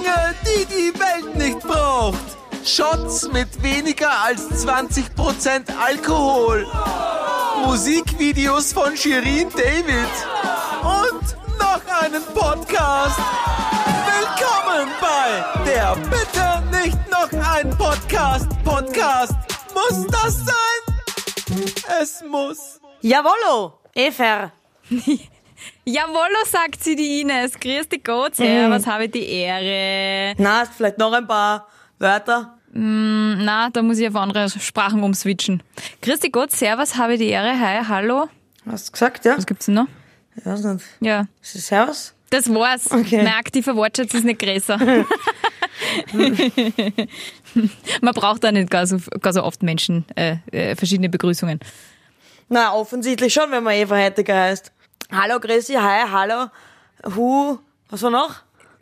Dinge, die die Welt nicht braucht. Shots mit weniger als 20% Alkohol. Musikvideos von Shirin David. Und noch einen Podcast. Willkommen bei der Bitte nicht noch ein Podcast. Muss das sein? Es muss. Jawollo, Efer. Jawollo, sagt sie die Ines. Grüß dich Gott, was habe ich die Ehre. Na, hast vielleicht noch ein paar Wörter? Na, da muss ich auf andere Sprachen umswitchen. Grüß dich Gott, servus, habe ich die Ehre. Hi, hallo. Hast du gesagt, ja? Was gibt's denn noch? Ich weiß nicht. Ja. Ist das Servus? Das war's. Okay. Mein aktiver Wortschatz ist nicht größer. Man braucht da nicht gar so oft Menschen, verschiedene Begrüßungen. Na, offensichtlich schon, wenn man Eva Heitiger heißt. Hallo, Chrissy, hi, hallo. Was war noch?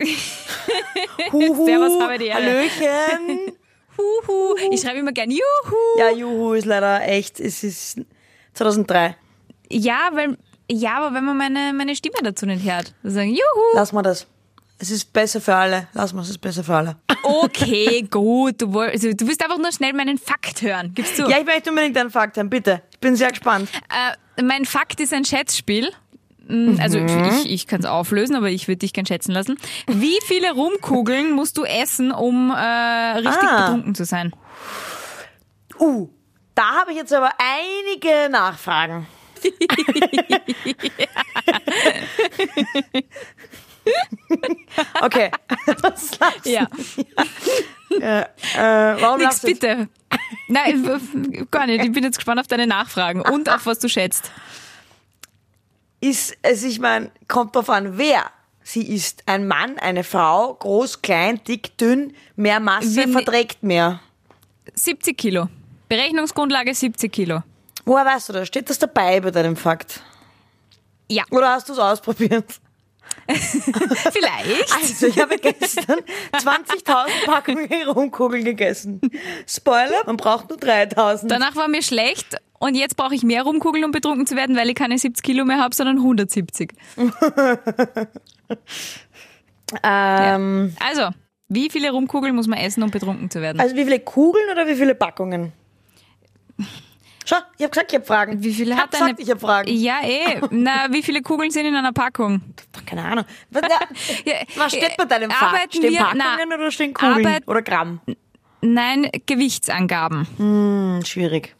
Servus, habe ich die Ehre. Hallöchen. Huhu. Ich schreibe immer gern Juhu. Ja, Juhu ist leider echt, es ist 2003. Ja, aber wenn man meine Stimme dazu nicht hört, dann sagen Juhu. Lass mal das. Es ist besser für alle. Lass mal, es ist besser für alle. Okay, gut. Du willst einfach nur schnell meinen Fakt hören. Gibst du? Ja, ich möchte unbedingt einen Fakt haben, bitte. Ich bin sehr gespannt. Mein Fakt ist ein Schätzspiel. Also ich kann es auflösen, aber ich würde dich gern schätzen lassen. Wie viele Rumkugeln musst du essen, um richtig betrunken zu sein? Da habe ich jetzt aber einige Nachfragen. Okay. Was lachst du? Ja. Warum Nix, lachst du? bitte. Nein, gar nicht. Ich bin jetzt gespannt auf deine Nachfragen und auf was du schätzt. Ich meine, kommt drauf an, wer sie ist. Ein Mann, eine Frau, groß, klein, dick, dünn, mehr Masse, verträgt mehr. 70 Kilo. Berechnungsgrundlage 70 Kilo. Woher weißt du das? Steht das dabei bei deinem Fakt? Ja. Oder hast du es ausprobiert? Vielleicht. Also, ich habe gestern 20.000 Packungen Rumkugeln gegessen. Spoiler, man braucht nur 3.000. Danach war mir schlecht und jetzt brauche ich mehr Rumkugeln, um betrunken zu werden, weil ich keine 70 Kilo mehr habe, sondern 170. Ja. Also, wie viele Rumkugeln muss man essen, um betrunken zu werden? Also wie viele Kugeln oder wie viele Packungen? Schau, ich habe gesagt, ich habe Fragen. Wie viele hat gesagt, ich habe Fragen. Ja, Na, wie viele Kugeln sind in einer Packung? Keine Ahnung. Was steht bei deinem Fakt? Arbeiten Stehen wir- Packungen oder stehen Kugeln? Oder Gramm? Nein, Gewichtsangaben. Schwierig.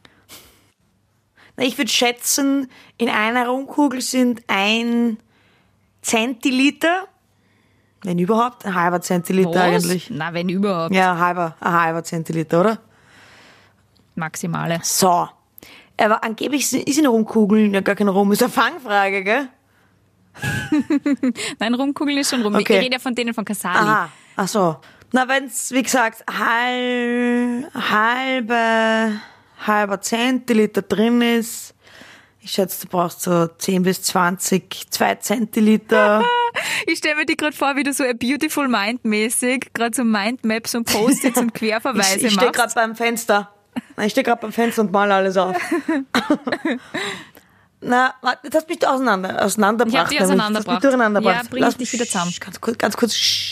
Na, ich würde schätzen, in einer Rumkugel sind 1 Zentiliter. Wenn überhaupt. Ein halber Zentiliter Was? eigentlich. Na, wenn überhaupt. Ja, ein halber Zentiliter, oder? Maximale. So. Aber angeblich ist in Rumkugeln ja gar kein Rum. Ist eine Fangfrage, gell? Nein, Rumkugeln ist schon rum. Okay. Ich rede ja von denen von Casali. Aha. Ach so. Na, wenn's, wie gesagt, halber Zentiliter drin ist, ich schätze, du brauchst so 10 bis 20, 2 Zentiliter. Ich stelle mir die gerade vor, wie du so a beautiful mind mäßig gerade so Mindmaps und Post-its und Querverweise Ich stehe machst. gerade beim Fenster. Ich stehe gerade beim Fenster und male alles auf. Na, warte, jetzt hast du mich auseinandergebracht. Ich hab dich auseinandergebracht. Ja, bring ich dich wieder zusammen. Ganz kurz.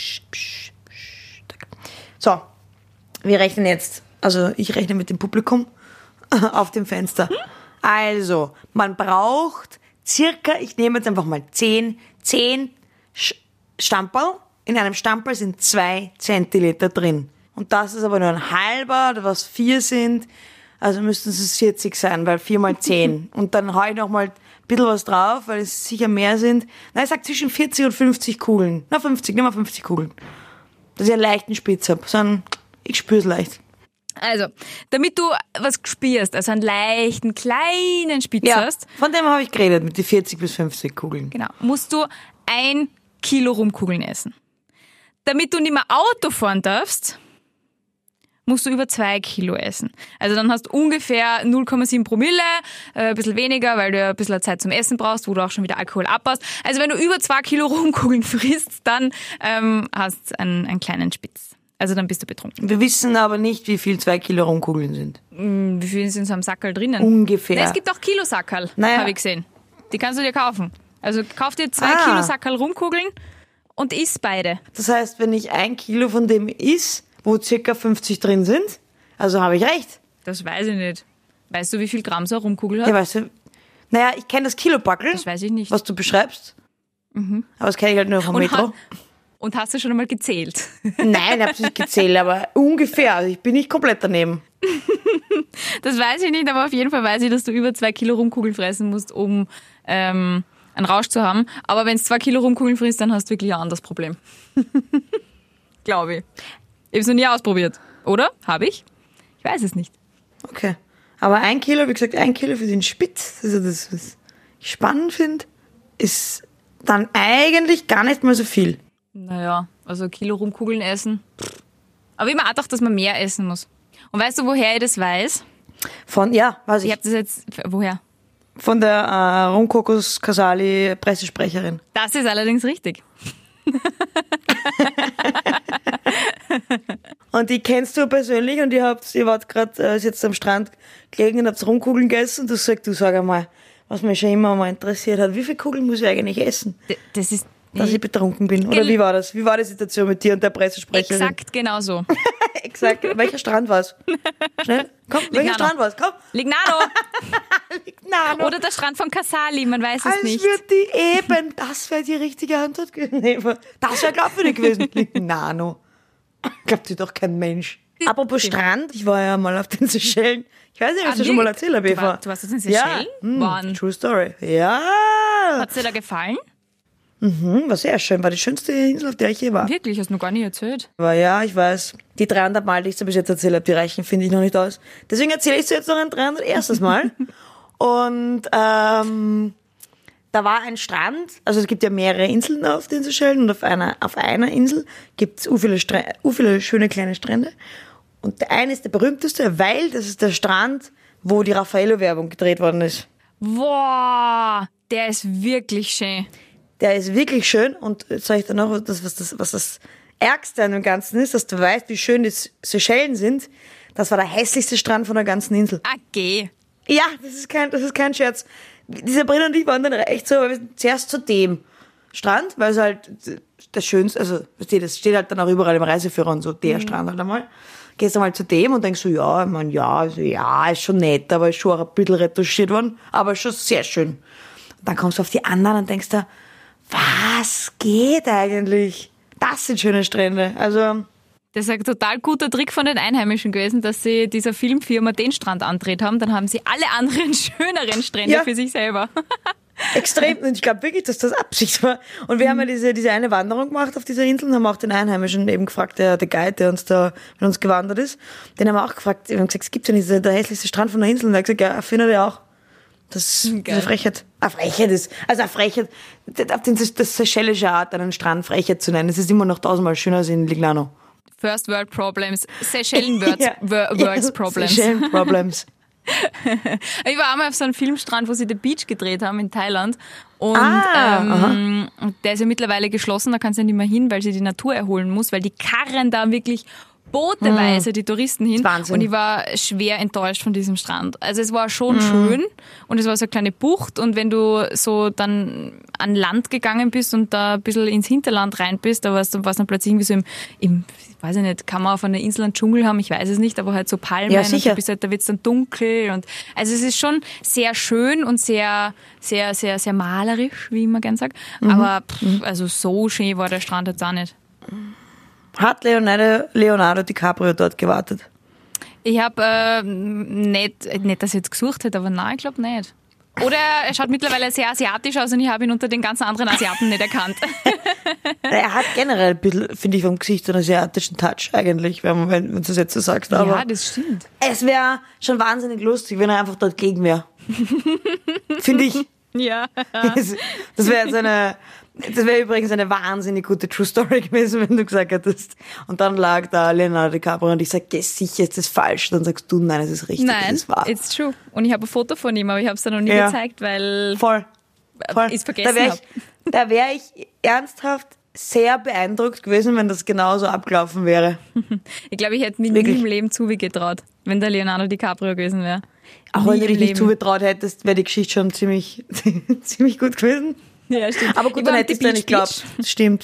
So, wir rechnen jetzt. Also ich rechne mit dem Publikum auf dem Fenster. Also, man braucht circa, ich nehme jetzt einfach mal 10 Stamperl. In einem Stamperl sind 2 Zentiliter drin. Und das ist aber nur ein halber, was 4 sind. Also müssten es 40 sein, weil 4 mal 10. Und dann hau ich noch mal ein bisschen was drauf, weil es sicher mehr sind. Nein, ich sag zwischen 40 und 50 Kugeln. Na, 50, nimm mal 50 Kugeln. Dass ich einen leichten Spitz habe. Ich spür's leicht. Also, damit du was spürst, also einen leichten, kleinen Spitz hast, von dem habe ich geredet, mit den 40 bis 50 Kugeln. genau, musst du 1 Kilo Rumkugeln essen. Damit du nicht mehr Auto fahren darfst, musst du über 2 Kilo essen. Also dann hast du ungefähr 0,7 Promille, ein bisschen weniger, weil du ja ein bisschen Zeit zum Essen brauchst, wo du auch schon wieder Alkohol abbaust. Also wenn du über 2 Kilo Rumkugeln frisst, dann hast du einen kleinen Spitz. Also dann bist du betrunken. Wir wissen aber nicht, wie viel 2 Kilo Rumkugeln sind. Wie viel sind so am Sackerl drinnen? Ungefähr. Na, es gibt auch Kilosackerl, Naja. habe ich gesehen. Die kannst du dir kaufen. Also kauf dir 2 Ah. Kilo Sackerl Rumkugeln und isst beide. Das heißt, wenn ich 1 Kilo von dem isst, wo circa 50 drin sind, also habe ich recht. Das weiß ich nicht. Weißt du, wie viel Gramm so eine Rumkugel hat? Ja, weißt du, naja, ich kenne das Kilopackel, Das weiß ich nicht. was du beschreibst. Aber das kenne ich halt nur vom Metro. Und hast du schon einmal gezählt? Nein, ich habe es nicht gezählt, aber ungefähr. Also ich bin nicht komplett daneben. Das weiß ich nicht, aber auf jeden Fall weiß ich, dass du über 2 Kilo Rumkugeln fressen musst, um einen Rausch zu haben. Aber wenn du 2 Kilo Rumkugeln frisst, dann hast du wirklich ein anderes Problem. Glaube ich. Ich habe es noch nie ausprobiert. Oder? Habe ich? Ich weiß es nicht. Okay. Aber 1 Kilo, wie gesagt, 1 Kilo für den Spitz, also das, was ich spannend finde, ist dann eigentlich gar nicht mal so viel. Naja, also 1 Kilo Rumkugeln essen. Aber ich habe mir auch gedacht, dass man mehr essen muss. Und weißt du, woher ich das weiß? Weiß Ich ich. habe das jetzt... Woher? Von der Rumkokos Kasali Pressesprecherin. Das ist allerdings richtig. Und die kennst du persönlich und ihr wart gerade jetzt am Strand gelegen und habt Rumkugeln gegessen und du sagst, sag einmal, was mich schon immer mal interessiert hat, wie viele Kugeln muss ich eigentlich essen, Das ist... dass ich betrunken bin? Oder wie war das? Wie war die Situation mit dir und der Pressesprecherin? Exakt genau so. Exakt. Welcher Strand war's? Schnell, komm, welcher Lignano. Strand war's? Komm. Lignano. Lignano. Oder der Strand von Casali, man weiß es Als nicht. wird die eben, das wäre die richtige Antwort gewesen. Nee, das wäre glaubwürdig gewesen. Lignano. Glaubt dir doch kein Mensch. Apropos Strand, ich war ja mal auf den Seychellen. Ich weiß nicht, ob ich das schon mal erzählt habe, Eva. Du warst jetzt in Seychellen? Wann? True Story. Ja. Hat es dir da gefallen? War sehr schön. War die schönste Insel, auf der ich je war. Wirklich, hast du noch gar nicht erzählt. Aber ja, ich weiß. Die 300 Mal, die ich dir bis jetzt erzählt habe, die reichen, finde ich noch nicht aus. Deswegen erzähle ich dir jetzt noch ein 301. Mal. Und da war ein Strand, also es gibt ja mehrere Inseln auf den Seychellen und auf einer Insel gibt es viele schöne kleine Strände. Und der eine ist der berühmteste, weil das ist der Strand, wo die Raffaello-Werbung gedreht worden ist. Boah, der ist wirklich schön. Der ist wirklich schön und jetzt sage ich dann noch, was das Ärgste an dem Ganzen ist, dass du weißt, wie schön die Seychellen sind. Das war der hässlichste Strand von der ganzen Insel. Ah, geh. Ja, das ist kein Scherz. Die Sabrina und ich waren dann echt so, weil wir sind zuerst zu dem Strand, weil es halt das Schönste, also das steht halt dann auch überall im Reiseführer und so, der Strand halt einmal. Gehst du mal zu dem und denkst so, ja, ich mein, ja, ist schon nett, aber ist schon ein bisschen retuschiert worden, aber ist schon sehr schön. Und dann kommst du auf die anderen und denkst da, was geht eigentlich? Das sind schöne Strände. Also, Das ist ein total guter Trick von den Einheimischen gewesen, dass sie dieser Filmfirma den Strand andreht haben. Dann haben sie alle anderen schöneren Strände für sich selber. extrem. Und ich glaube wirklich, dass das Absicht war. Und wir haben ja diese eine Wanderung gemacht auf dieser Insel und haben auch den Einheimischen eben gefragt, der Guide, der uns da mit uns gewandert ist, den haben wir auch gefragt, wir haben gesagt, es gibt ja nicht der hässlichste Strand von der Insel. Und er hat gesagt, ja, findet ihr auch. Das ist eine Frechheit. Eine Frechheit ist, also eine Frechheit, das seychellische Art, einen Strand Frechheit zu nennen, das ist immer noch 1000-mal schöner als in Lignano. First World Problems, Seychellen Words Problems. Seychellen Problems. Ich war einmal auf so einem Filmstrand, wo sie The Beach gedreht haben in Thailand. Und der ist ja mittlerweile geschlossen, da kannst du ja nicht mehr hin, weil sie die Natur erholen muss, weil die karren da wirklich booteweise die Touristen hin. Wahnsinn. Und ich war schwer enttäuscht von diesem Strand. Also es war schon schön und es war so eine kleine Bucht und wenn du so dann an Land gegangen bist und da ein bisschen ins Hinterland rein bist, da warst du dann plötzlich irgendwie so im weiß ich nicht, kann man auf einer Insel einen Dschungel haben, ich weiß es nicht, aber halt so Palmen Ja, und sicher. du bist halt, da wird's dann dunkel und also es ist schon sehr schön und sehr, sehr, sehr, sehr malerisch, wie ich immer gern sage. Aber also so schön war der Strand jetzt auch nicht. Hat Leonardo DiCaprio dort gewartet? Ich habe nicht, dass ich jetzt gesucht hätte, aber nein, ich glaube nicht. Oder er schaut mittlerweile sehr asiatisch aus und ich habe ihn unter den ganzen anderen Asiaten nicht erkannt. Er hat generell ein bisschen, finde ich, vom Gesicht einen asiatischen Touch eigentlich, wenn du das jetzt so sagst. Aber Ja, das stimmt. es wäre schon wahnsinnig lustig, wenn er einfach dort gegen wäre. Finde ich. Ja. Das wäre übrigens eine wahnsinnig gute True Story gewesen, wenn du gesagt hättest. Und dann lag da Leonardo DiCaprio und ich sag, sicher ist das falsch. Dann sagst du, nein, es ist richtig, es Nein, ist wahr. it's true. Und ich habe ein Foto von ihm, aber ich habe es dann noch nie Ja. gezeigt, weil Voll. ich es vergessen habe. Da wäre ich ernsthaft sehr beeindruckt gewesen, wenn das genauso abgelaufen wäre. Ich glaube, ich hätte mir nie Wirklich? im Leben zugetraut, wenn der Leonardo DiCaprio gewesen wäre. Auch wenn Nie du im dich nicht Leben. zugetraut hättest, wäre die Geschichte schon ziemlich, ziemlich gut gewesen. Ja, stimmt. Aber gut, Ich dann war hättest am du nicht geglaubt. Das stimmt.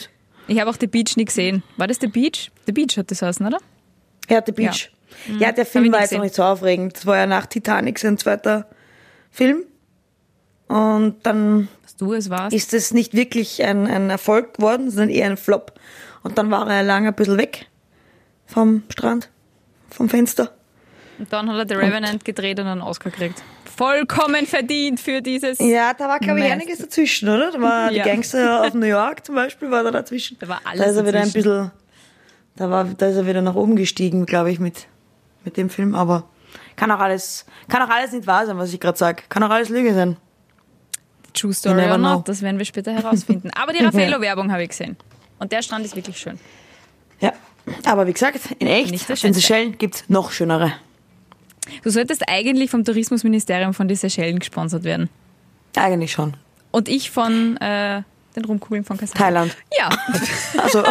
Ich habe auch The Beach nie gesehen. War das The Beach? The Beach hat das heißen, oder? Ja, The Beach. Ja, der Film ich war nie jetzt gesehen. noch nicht so aufregend. Das war ja nach Titanic sein zweiter Film. Und dann Was du es warst. ist es nicht wirklich ein Erfolg geworden, sondern eher ein Flop. Und dann war er lange ein bisschen weg vom Strand, vom Fenster. Und dann hat er The Revenant gedreht und einen Oscar gekriegt. Vollkommen verdient für dieses... Ja, da war, glaube ich, Meister. einiges dazwischen, oder? Da war Ja. die Gangster auf New York zum Beispiel, war da dazwischen. Da war alles Da ist er wieder ein dazwischen. bisschen, da ist er wieder nach oben gestiegen, glaube ich, mit dem Film. Aber kann auch alles nicht wahr sein, was ich gerade sage. Kann auch alles Lüge sein. True Story never or know. not, das werden wir später herausfinden. Aber die Raffaello-Werbung habe ich gesehen. Und der Strand ist wirklich schön. Ja, aber wie gesagt, in echt, Nicht der auf den schönste. Seychellen gibt es noch schönere. Du solltest eigentlich vom Tourismusministerium von den Seychellen gesponsert werden. Eigentlich schon. Und ich von den Rumkugeln von Kasan. Thailand. Ja. Also,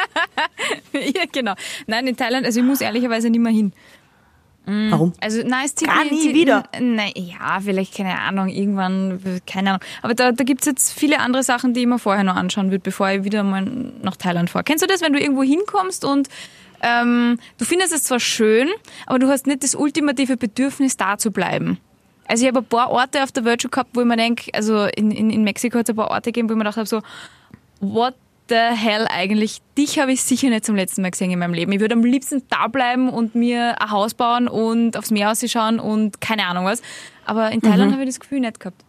Ja, genau. Nein, in Thailand, also ich muss ehrlicherweise nicht mehr hin. warum? Also, nein, es zieht Gar mich- nie zieht- wieder? Nein, ja, vielleicht, keine Ahnung, irgendwann, keine Ahnung. Aber da gibt es jetzt viele andere Sachen, die ich mir vorher noch anschauen würde, bevor ich wieder mal nach Thailand fahre. Kennst du das, wenn du irgendwo hinkommst und du findest es zwar schön, aber du hast nicht das ultimative Bedürfnis, da zu bleiben? Also ich habe ein paar Orte auf der Welt schon gehabt, wo ich mir denke, also in Mexiko hat es ein paar Orte gegeben, wo ich mir gedacht habe, so, what the hell eigentlich, dich habe ich sicher nicht zum letzten Mal gesehen in meinem Leben. Ich würde am liebsten da bleiben und mir ein Haus bauen und aufs Meer ausschauen und keine Ahnung was. Aber in Thailand habe ich das Gefühl nicht gehabt.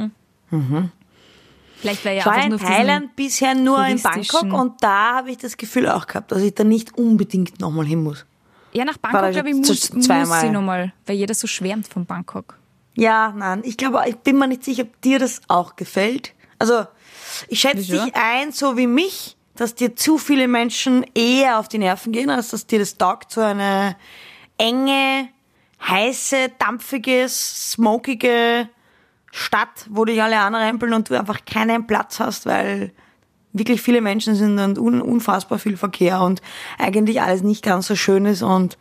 Vielleicht wäre ja Ich war einfach in nur auf diesen- Thailand bisher nur in touristischen- Bangkok und da habe ich das Gefühl auch gehabt, dass ich da nicht unbedingt nochmal hin muss. Ja, nach War Bangkok, da glaube ich, jetzt muss zweimal. ich nochmal, weil jeder so schwärmt von Bangkok. Ja, nein, ich glaube, ich bin mir nicht sicher, ob dir das auch gefällt. Also, ich schätze Wieso? dich ein, so wie mich, dass dir zu viele Menschen eher auf die Nerven gehen, als dass dir das taugt, so eine enge, heiße, dampfige, smokige Stadt, wo dich alle anrempeln und du einfach keinen Platz hast, weil wirklich viele Menschen sind und unfassbar viel Verkehr und eigentlich alles nicht ganz so schön ist und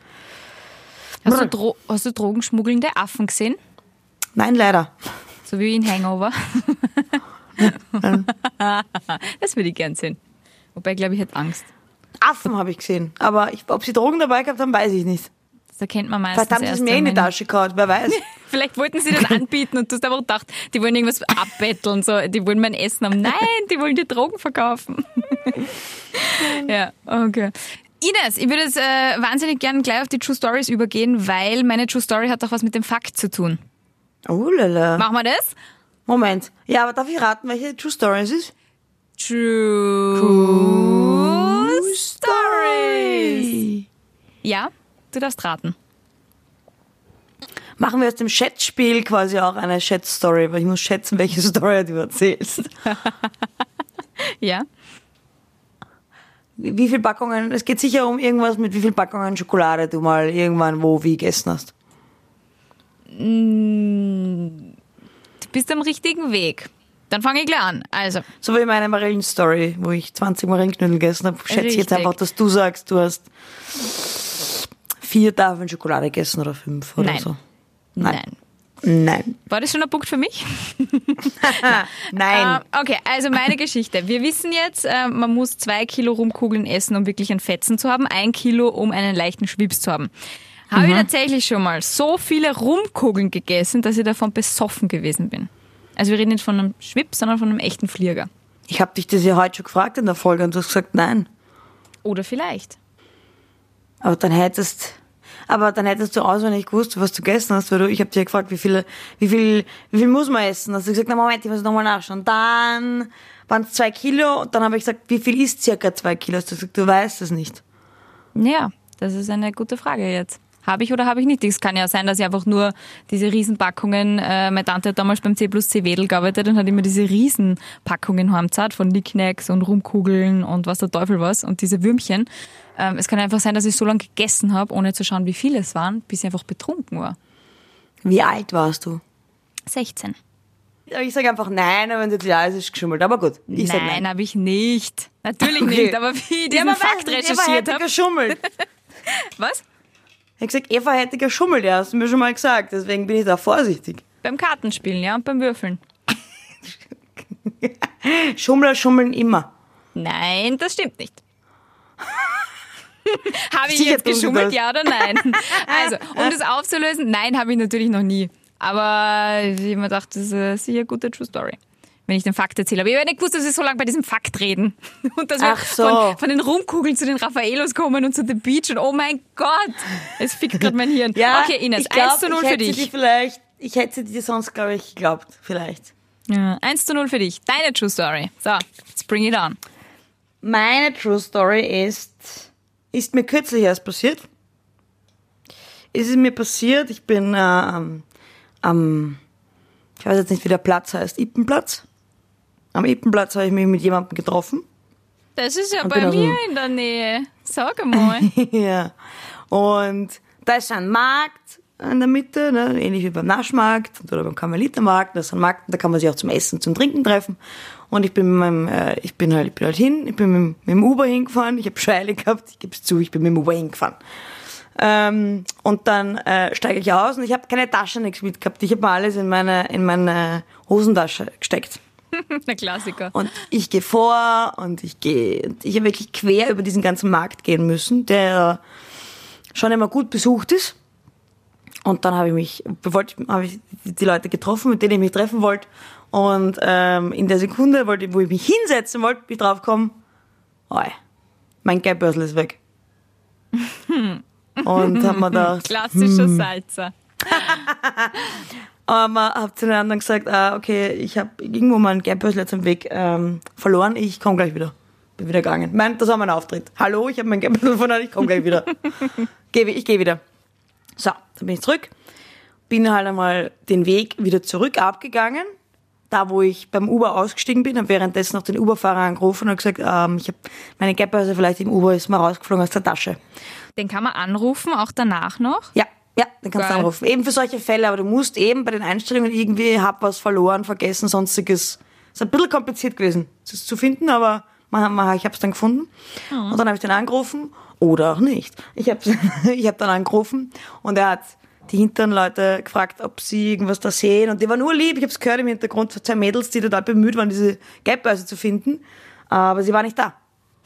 Hast du drogenschmuggelnde Affen gesehen? nein, leider. So wie in Hangover. Das würde ich gern sehen. Wobei, glaube ich, hätte Angst. Affen habe ich gesehen, aber ob sie Drogen dabei gehabt haben, weiß ich nicht. Das erkennt man meistens Vielleicht haben sie es erst, mir in die wenn- Tasche gehauen, wer weiß. Vielleicht wollten sie das anbieten und du hast einfach gedacht, die wollen irgendwas abbetteln, so, die wollen mein Essen haben. Nein, die wollen die Drogen verkaufen. Ja, okay. Ines, ich würde jetzt wahnsinnig gern gleich auf die True Stories übergehen, weil meine True Story hat auch was mit dem Fakt zu tun. Oh lala. Machen wir das? Moment. Ja, aber darf ich raten, welche True Story es ist? True Stories. Ja, du darfst raten. Machen wir aus dem Schätzspiel quasi auch eine Schätzstory, weil ich muss schätzen, welche Story du erzählst. Ja. Wie viele Packungen, es geht sicher um irgendwas mit wie viel Packungen Schokolade du mal irgendwann wo wie gegessen hast. Du bist am richtigen Weg. Dann fange ich gleich an. Also, So wie meine Marillenstory, wo ich 20 Marillenknödel gegessen habe, schätze ich jetzt Richtig. einfach, dass du sagst, du hast 4 Tafeln Schokolade gegessen oder 5 oder Nein. so. nein. Nein. War das schon ein Punkt für mich? Nein. Okay, also meine Geschichte. Wir wissen jetzt, man muss 2 Kilo Rumkugeln essen, um wirklich ein Fetzen zu haben, 1 Kilo, um einen leichten Schwips zu haben. Habe ich tatsächlich schon mal so viele Rumkugeln gegessen, dass ich davon besoffen gewesen bin. Also wir reden nicht von einem Schwips, sondern von einem echten Flieger. Ich habe dich das ja heute schon gefragt in der Folge und du hast gesagt, nein. Oder vielleicht. Aber dann hättest du auswendig gewusst, was du gegessen hast, weil ich habe dir gefragt, wie viel muss man essen? Hast du gesagt, na Moment, ich muss nochmal nachschauen. Dann waren es 2 Kilo und dann habe ich gesagt, wie viel ist circa 2 Kilo? Hast du gesagt, du weißt es nicht. Ja, das ist eine gute Frage jetzt. Habe ich oder habe ich nicht? Es kann ja sein, dass ich einfach nur diese Riesenpackungen, meine Tante hat damals beim C+C Wedel gearbeitet und hat immer diese Riesenpackungen heimgezahlt von Knickknacks und Rumkugeln und was der Teufel was und diese Würmchen. Es kann einfach sein, dass ich so lange gegessen habe, ohne zu schauen, wie viele es waren, bis ich einfach betrunken war. Wie alt warst du? 16. Ich sage einfach nein, aber wenn du ja, es ist geschummelt. Aber gut, ich sage Nein, nein. habe ich nicht. Natürlich Okay. nicht, aber wie ich diesen man Fakt weiß nicht, Eva recherchiert hätte habe. geschummelt. Was? Ich habe gesagt, Eva hätte geschummelt, ja, hast du mir schon mal gesagt. Deswegen bin ich da vorsichtig. Beim Kartenspielen, ja, und beim Würfeln. Schummler schummeln immer. Nein, das stimmt nicht. Habe ich Sicher jetzt tun Sie geschummelt, das. ja oder nein? Also, um das aufzulösen, nein, habe ich natürlich noch nie. Aber ich habe mir gedacht, das ist sicher eine gute True Story. Wenn ich den Fakt erzähle. Aber ich habe nicht gewusst, dass wir so lange bei diesem Fakt reden. Und dass wir Ach so. von den Rumkugeln zu den Raffaelos kommen und zu The Beach und oh mein Gott, es fickt gerade mein Hirn. Ja, Okay, Ines, ich glaub, 1:0 für dich. Ich hätte sie dir sonst, glaube ich, geglaubt. Vielleicht. Ja, 1:0 für dich. Deine True Story. So, let's bring it on. Meine True Story ist mir kürzlich erst passiert. Es ist mir passiert, ich bin ich weiß jetzt nicht, wie der Platz heißt, Ippenplatz. Am Ippenplatz habe ich mich mit jemandem getroffen. Das ist ja Und bei bin aus mir dem- in der Nähe. Sag einmal. Ja. Und da ist ein Markt in der Mitte, ne? Ähnlich wie beim Naschmarkt oder beim Karmelitermarkt. Das ist ein Markt, da kann man sich auch zum Essen, zum Trinken treffen. Und ich bin mit meinem, ich bin halt hin, ich bin mit dem Uber hingefahren. Ich habe Scheile gehabt, ich gebe es zu, ich bin mit dem Uber hingefahren. Und dann steige ich aus und ich habe keine Tasche, nichts mitgehabt. Ich habe mir alles in meine Hosentasche gesteckt. Der Klassiker. Und ich gehe vor und ich habe wirklich quer über diesen ganzen Markt gehen müssen, der schon immer gut besucht ist. Und dann habe ich die Leute getroffen, mit denen ich mich treffen wollte. Und in der Sekunde, wo ich mich hinsetzen wollte, bin ich draufgekommen, mein Geldbörsel ist weg. Und haben wir da Klassischer Salzer. Aber hab zu den anderen gesagt, okay, ich habe irgendwo meinen Geldbörsel jetzt am Weg verloren, ich komme gleich wieder. Bin wieder gegangen. Das war mein Auftritt. Hallo, ich habe meinen Geldbörsel verloren, ich komme gleich wieder. Ich gehe wieder. So, dann bin ich zurück. Bin halt einmal den Weg wieder zurück abgegangen. Da, wo ich beim Uber ausgestiegen bin, habe währenddessen noch den Uberfahrer angerufen und gesagt, ich habe meine Geldbörse vielleicht im Uber, ist mal rausgeflogen aus der Tasche. Den kann man anrufen, auch danach noch. Ja, den kannst du Geil. anrufen. Eben für solche Fälle, aber du musst eben bei den Einstellungen irgendwie, hab was verloren, vergessen, sonstiges. Ist ein bisschen kompliziert gewesen, das zu finden, aber ich habe es dann gefunden. Und dann habe ich den angerufen, oder auch nicht. Ich hab dann angerufen und er hat die hinteren Leute gefragt, ob sie irgendwas da sehen. Und die waren nur lieb, ich habe es gehört im Hintergrund, zwei Mädels, die total bemüht waren, diese Geldbörse zu finden. Aber sie war nicht da.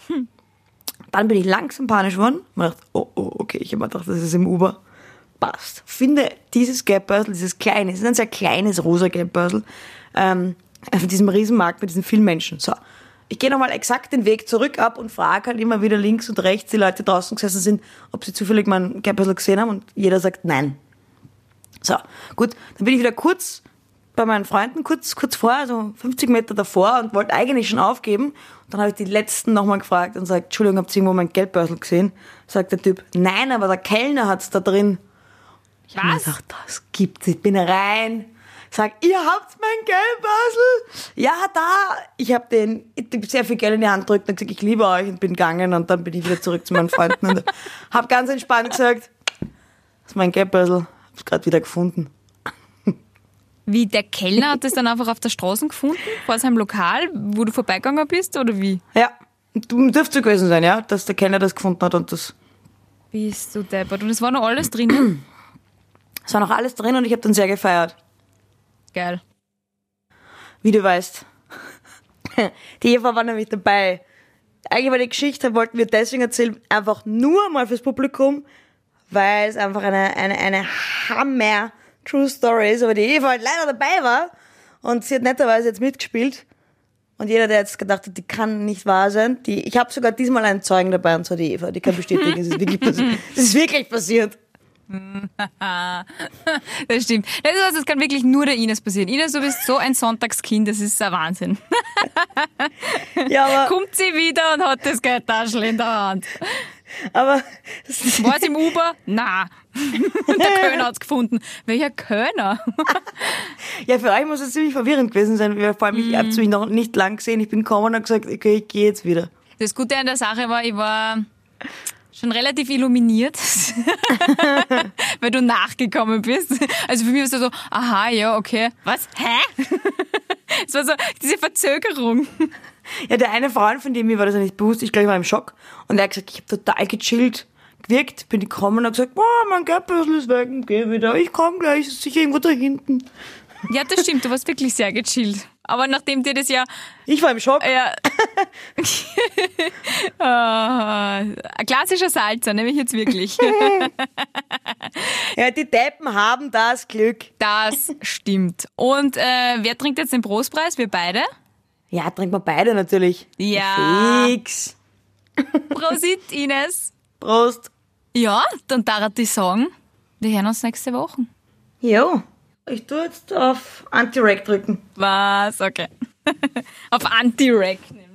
Dann bin ich langsam panisch geworden. Ich dachte, okay, ich habe mir gedacht, das ist im Uber. Passt. Finde dieses Geldbörsel, dieses kleine, es ist ein sehr kleines rosa Geldbörsel, auf diesem Riesenmarkt mit diesen vielen Menschen. So. Ich gehe nochmal exakt den Weg zurück ab und frage halt immer wieder links und rechts die Leute, die draußen gesessen sind, ob sie zufällig meinen Geldbörsel gesehen haben und jeder sagt nein. So, gut, dann bin ich wieder kurz bei meinen Freunden, kurz vor, also 50 Meter davor und wollte eigentlich schon aufgeben. Und dann habe ich die Letzten nochmal gefragt und gesagt, Entschuldigung, habt ihr irgendwo meinen Geldbörsel gesehen? Sagt der Typ, nein, aber der Kellner hat's da drin. Ich habe mir Was? gedacht, das gibt's nicht. Bin rein, sag, ihr habt mein Geldbörsel? Ja, da. Ich habe sehr viel Geld in die Hand gedrückt und gesagt, ich liebe euch und bin gegangen und dann bin ich wieder zurück zu meinen Freunden und habe ganz entspannt gesagt, das ist mein Geldbörsel, hab's gerade wieder gefunden. Wie, der Kellner hat das dann einfach auf der Straße gefunden? Vor seinem Lokal, wo du vorbeigegangen bist, oder wie? Ja, dürfte so gewesen sein, ja, dass der Kellner das gefunden hat und das. Bist du deppert. Und es war noch alles drinnen? Es war noch alles drin und ich habe dann sehr gefeiert. Geil. Wie du weißt. Die Eva war nämlich dabei. Eigentlich war die Geschichte, wollten wir deswegen erzählen, einfach nur mal fürs Publikum, weil es einfach eine Hammer True Story ist, aber die Eva halt leider dabei war und sie hat netterweise jetzt mitgespielt. Und jeder, der jetzt gedacht hat, die kann nicht wahr sein, ich habe sogar diesmal einen Zeugen dabei, und zwar die Eva, die kann bestätigen, es ist wirklich passiert. Es ist wirklich passiert. Das stimmt. Das kann wirklich nur der Ines passieren. Ines, du bist so ein Sonntagskind, das ist ein Wahnsinn. Ja, aber, Kommt sie wieder und hat das Geldtaschel in der Hand. aber War es im Uber? Na. Der Kölner hat's gefunden. Welcher Kölner? ja, für euch muss es ziemlich verwirrend gewesen sein, weil vor allem ich habe mich noch nicht lang gesehen, ich bin gekommen und habe gesagt, okay, ich gehe jetzt wieder. Das Gute an der Sache war, ich war schon relativ illuminiert, weil du nachgekommen bist. Also für mich war es so, aha, ja, okay. Was? Hä? Es war so diese Verzögerung. Ja, der eine Freund, von dem mir war das ja nicht bewusst, ich glaube, ich war im Schock. Und er hat gesagt, ich habe total gechillt gewirkt, bin ich gekommen und habe gesagt, mein Geldbörsel ist weg und geh wieder. Ich komme gleich, ist sicher irgendwo da hinten. Ja, das stimmt, du warst wirklich sehr gechillt. Aber nachdem dir das ja... Ich war im Schock. Ja. Ein klassischer Salzer, nämlich jetzt wirklich. Ja, die Deppen haben das Glück. Das stimmt. Und wer trinkt jetzt den Prostpreis? Wir beide? Ja, trinken wir beide natürlich. Ja. Fix. Prosit, Ines. Prost. Ja, dann darf ich sagen, wir hören uns nächste Woche. Jo, ich tue jetzt auf Anti-Rack drücken. Was? Okay. Auf Anti-Rack.